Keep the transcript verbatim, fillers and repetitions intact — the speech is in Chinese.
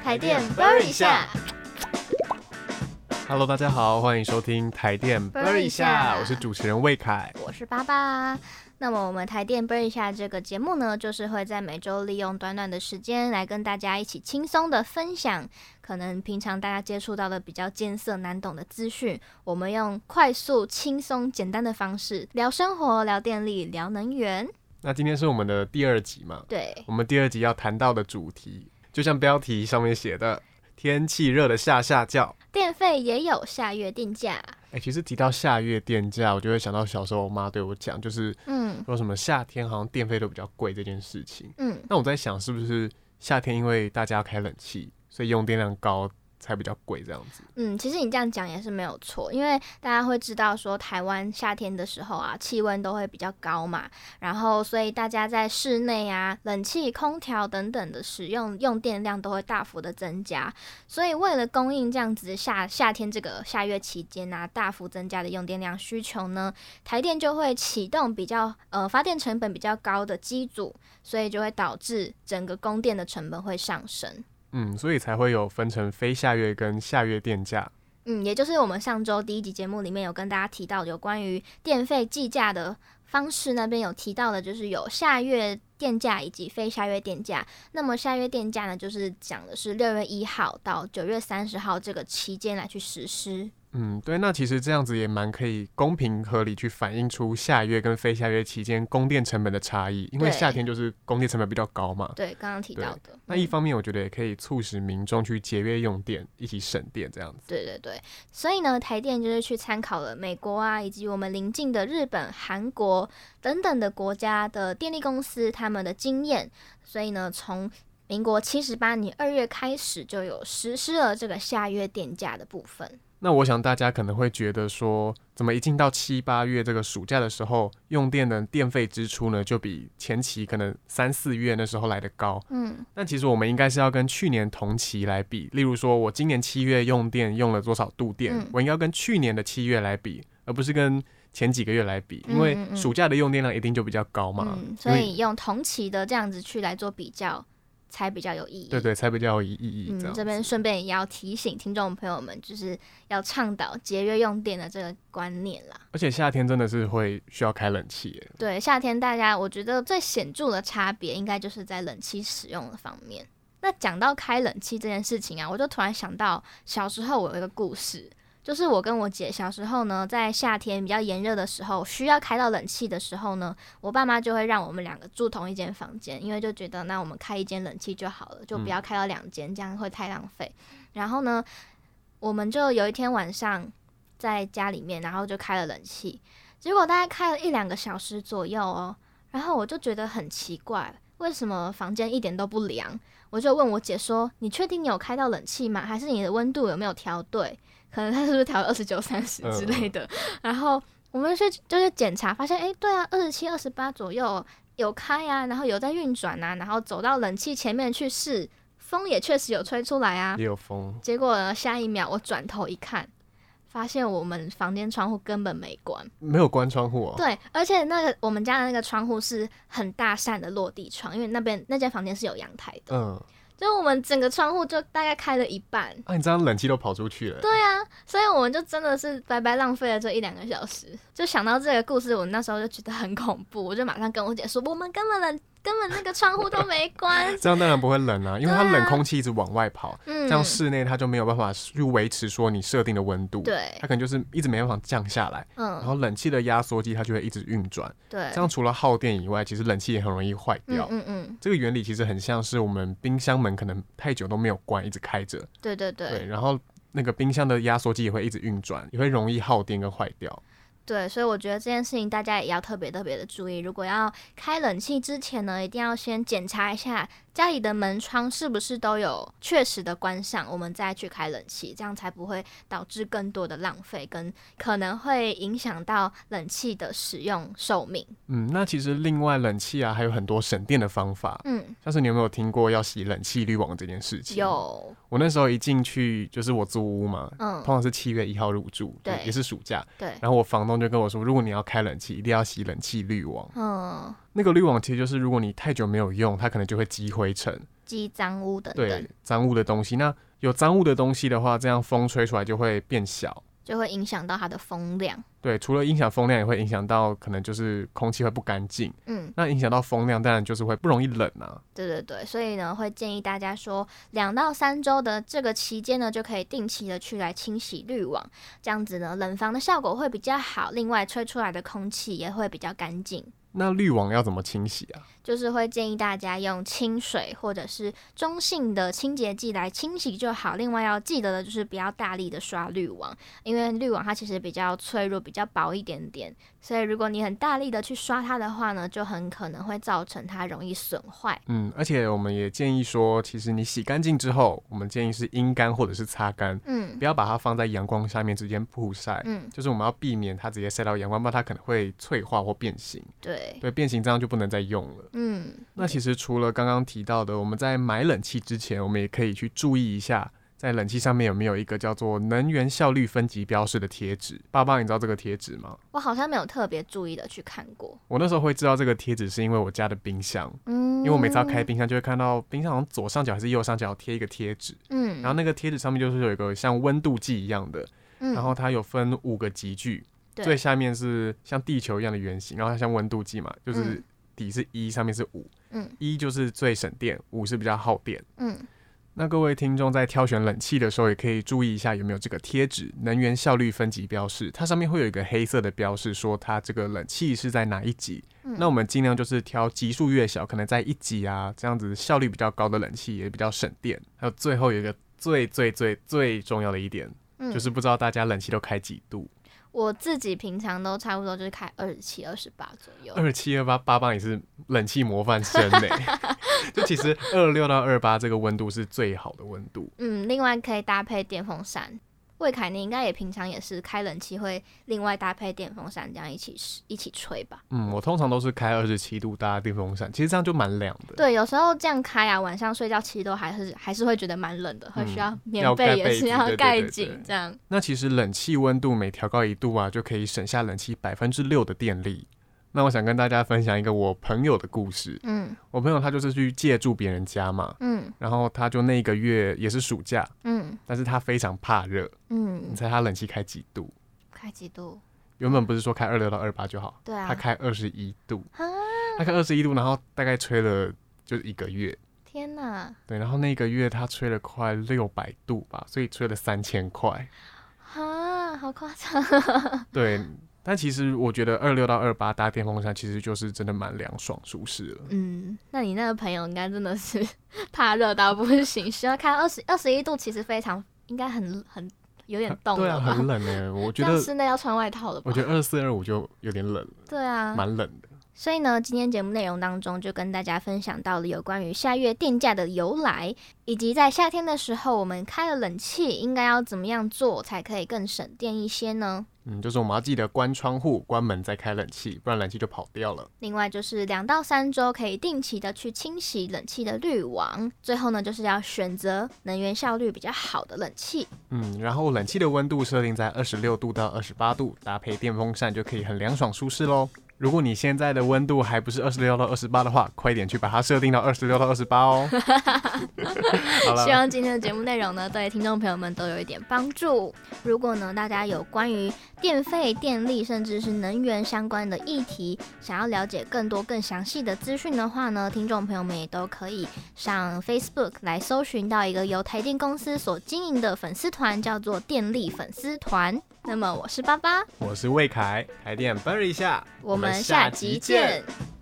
台电 Burn 一下。 Hello， 大家好，欢迎收听台电 Burn 一下，我是主持人魏凯， 我是爸爸。那么我们台电 Burn 一下这个节目呢，就是会在每周利用短短的时间来跟大家一起轻松的分享，可能平常大家接触到的比较艰涩难懂的资讯，我们用快速、轻松、简单的方式聊生活、聊电力、聊能源。 那今天是我们的第二集嘛？ 对， 我们第二集要谈到的主题，就像标题上面写的，天气热的下下叫， 电费也有下月定价。 哎、欸，其实提到下月电价，我就会想到小时候我妈对我讲，就是嗯，说什么夏天好像电费都比较贵这件事情。嗯，那我在想，是不是夏天因为大家要开冷气，所以用电量高才比较贵这样子？ 嗯，其实你这样讲也是没有错，因为大家会知道说台湾夏天的时候啊，气温都会比较高嘛，然后所以大家在室内啊，冷气、空调等等的使用用电量都会大幅的增加，所以为了供应这样子夏夏天这个夏月期间啊，大幅增加的用电量需求呢，台电就会启动比较呃发电成本比较高的机组，所以就会导致整个供电的成本会上升。 嗯，所以才会有分成非下月跟下月电价。 嗯，也就是我们上周第一集节目里面有跟大家提到有关于电费计价的方式，那边有提到的就是有下月电价以及非下月电价。那么下月电价呢，就是讲的是六月一号到九月三十号这个期间来去实施。 嗯，对，那其实这样子也蛮可以公平合理去反映出下月跟非下月期间供电成本的差异，因为夏天就是供电成本比较高嘛。 对，刚刚提到的。 那一方面我觉得也可以促使民众去节约用电，一起省电这样子。 对对对，所以呢，台电就是去参考了美国啊，以及我们邻近的日本、韩国等等的国家的电力公司他们的经验，所以呢，从民国七十八年二月开始就有实施了这个下月电价的部分。 那我想大家可能会觉得说，怎么一进到七八月这个暑假的时候，用电的电费支出呢，就比前期可能三四月那时候来得高。嗯，但其实我们应该是要跟去年同期来比，例如说我今年七月用电用了多少度电，嗯、我应该要跟去年的七月来比，而不是跟前几个月来比，因为暑假的用电量一定就比较高嘛。 嗯，所以用同期的这样子去来做比较，才比较有意义。 对对，才比较有意义。 嗯，这边顺便也要提醒听众朋友们，就是要倡导节约用电的这个观念啦。 而且夏天真的是会需要开冷气耶。 对，夏天大家我觉得最显著的差别，应该就是在冷气使用的方面。那讲到开冷气这件事情啊，我就突然想到小时候我有一个故事。就是我跟我姐小时候呢，在夏天比较炎热的时候，需要开到冷气的时候呢，我爸妈就会让我们两个住同一间房间，因为就觉得那我们开一间冷气就好了，就不要开到两间，这样会太浪费。然后呢，我们就有一天晚上在家里面，然后就开了冷气，结果大概开了一两个小时左右哦，然后我就觉得很奇怪，为什么房间一点都不凉？我就问我姐说：“你确定你有开到冷气吗？还是你的温度有没有调对？”可能他是不是调二十九、三十之类的，嗯、然后我们去就是检查，发现哎，对啊，二十七、二十八左右有开啊，然后有在运转啊，然后走到冷气前面去试，风也确实有吹出来啊， 也有风。 结果呢，下一秒我转头一看，发现我们房间窗户根本没关， 没有关窗户哦。 对，而且那个我们家的那个窗户是很大扇的落地窗，因为那边那间房间是有阳台的。嗯。就我们整个窗户就大概开了一半啊，你这样冷气都跑出去了。 对啊，所以我们就真的是白白浪费了这一两个小时。就想到这个故事，我那时候就觉得很恐怖，我就马上跟我姐说，我们根本冷根本那个窗户都没关。 这样当然不会冷啊，因为它冷空气一直往外跑，啊、这样室内它就没有办法去维持说你设定的温度， 对， 它可能就是一直没办法降下来。嗯，然后冷气的压缩机它就会一直运转， 对， 这样除了耗电以外，其实冷气也很容易坏掉。嗯嗯嗯，这个原理其实很像是我们冰箱门可能太久都没有关，一直开着。 对对对， 对，然后那个冰箱的压缩机也会一直运转，也会容易耗电跟坏掉。 对，所以我觉得这件事情大家也要特别特别的注意。如果要开冷气之前呢，一定要先检查一下家里的门窗是不是都有确实的关上，我们再去开冷气，这样才不会导致更多的浪费，跟可能会影响到冷气的使用寿命。 嗯，那其实另外冷气啊还有很多省电的方法。嗯，像是你有没有听过要洗冷气滤网这件事情？ 有。 我那时候一进去就是我租屋嘛，嗯，通常是七月一号入住，对，也是暑假， 对。 然后我房东就跟我说，如果你要开冷气，一定要洗冷气滤网。嗯。那个滤网其实就是如果你太久没有用，它可能就会积灰尘， 积脏污等等。 对，脏污的东西。那有脏污的东西的话，这样风吹出来就会变小， 就会影响到它的风量。 对，除了影响风量，也会影响到可能就是空气会不干净。嗯，那影响到风量，当然就是会不容易冷啊。 对对对，所以呢，会建议大家说，两到三周的这个期间呢，就可以定期的去来清洗滤网，这样子呢，冷房的效果会比较好。另外，吹出来的空气也会比较干净。 那滤网要怎么清洗啊？ 就是会建议大家用清水或者是中性的清洁剂来清洗就好。另外要记得的就是不要大力的刷滤网，因为滤网它其实比较脆弱，比较薄一点点，所以如果你很大力的去刷它的话呢，就很可能会造成它容易损坏。 嗯，而且我们也建议说，其实你洗干净之后，我们建议是阴干或者是擦干，嗯，不要把它放在阳光下面直接曝晒，嗯，就是我们要避免它直接晒到阳光，不然它可能会脆化或变形。 对对，变形这样就不能再用了。嗯，那其实除了刚刚提到的，我们在买冷气之前，我们也可以去注意一下，在冷气上面有没有一个叫做能源效率分级标示的贴纸。爸爸，你知道这个贴纸吗？ 我好像没有特别注意的去看过。 我那时候会知道这个贴纸，是因为我家的冰箱，嗯，因为我每次要开冰箱，就会看到冰箱好像左上角还是右上角贴一个贴纸，嗯，然后那个贴纸上面就是有一个像温度计一样的，嗯，然后它有分五个级距。最下面是像地球一样的圆形，然后它像温度计嘛，就是底是一，上面是五，嗯，一就是最省电，五是比较耗电，嗯。那各位听众在挑选冷气的时候，也可以注意一下有没有这个贴纸能源效率分级标示，它上面会有一个黑色的标示，说它这个冷气是在哪一级。嗯、那我们尽量就是挑级数越小，可能在一级啊，这样子效率比较高的冷气也比较省电。还有最后有一个最最最最重要的一点，嗯、就是不知道大家冷气都开几度。 我自己平常都差不多就是开二十七、二十八左右。 二十七、二十八，八八也是冷气模范生呢。就其实二十六到二十八这个温度是最好的温度。 嗯，另外可以搭配电风扇。魏凯，你应该也平常也是开冷气会另外搭配电风扇这样一起一起吹吧？ 嗯，我通常都是开二十七度搭电风扇，其实这样就蛮凉的。 对，有时候这样开啊，晚上睡觉其实都还是还是会觉得蛮冷的，会需要棉被也是要盖紧这样。 那其实冷气温度每调高一度啊，就可以省下冷气百分之六的电力。那我想跟大家分享一个我朋友的故事。嗯，我朋友他就是去借住别人家嘛，嗯，然后他就那一个月也是暑假，嗯，但是他非常怕热，嗯，你猜他冷气开几度？ 开几度？ 原本不是说开二十六到二十八就好， 对啊， 他开二十一度，他开二十一度，然后大概吹了就是一个月。 天哪！ 对，然后那个月他吹了快六百度吧，所以吹了三千块。 啊，好夸张！ 对。但其实我觉得二十六到二十八搭电风扇其实就是真的蛮凉爽舒适了。 嗯，那你那个朋友应该真的是怕热到不行，需要开二十二十一度，其实非常应该很很有点冻了吧？ 对啊，很冷哎，我觉得室内要穿外套了吧？ 我觉得二十四、二十五就有点冷了。 对啊， 蛮冷的。 所以呢，今天节目内容当中就跟大家分享到了有关于夏月电价的由来，以及在夏天的时候我们开了冷气应该要怎么样做才可以更省电一些呢？ 嗯，就是我们要记得关窗户、关门再开冷气，不然冷气就跑掉了。 另外就是两到三周可以定期的去清洗冷气的滤网。最后呢，就是要选择能源效率比较好的冷气。 嗯，然后冷气的温度设定在二十六度到二十八度，搭配电风扇就可以很凉爽舒适咯。如果你现在的温度还不是二十六到二十八的话，快点去把它设定到二十六到二十八哦。好了， 希望今天的节目内容呢，对听众朋友们都有一点帮助。如果呢，大家有关于电费、电力甚至是能源相关的议题，想要了解更多更详细的资讯的话呢，听众朋友们也都可以上 Facebook 来搜寻到一个由台电公司所经营的粉丝团，叫做电力粉丝团。那么我是巴巴， 我是魏凯，台电啵一下， 我们下集见。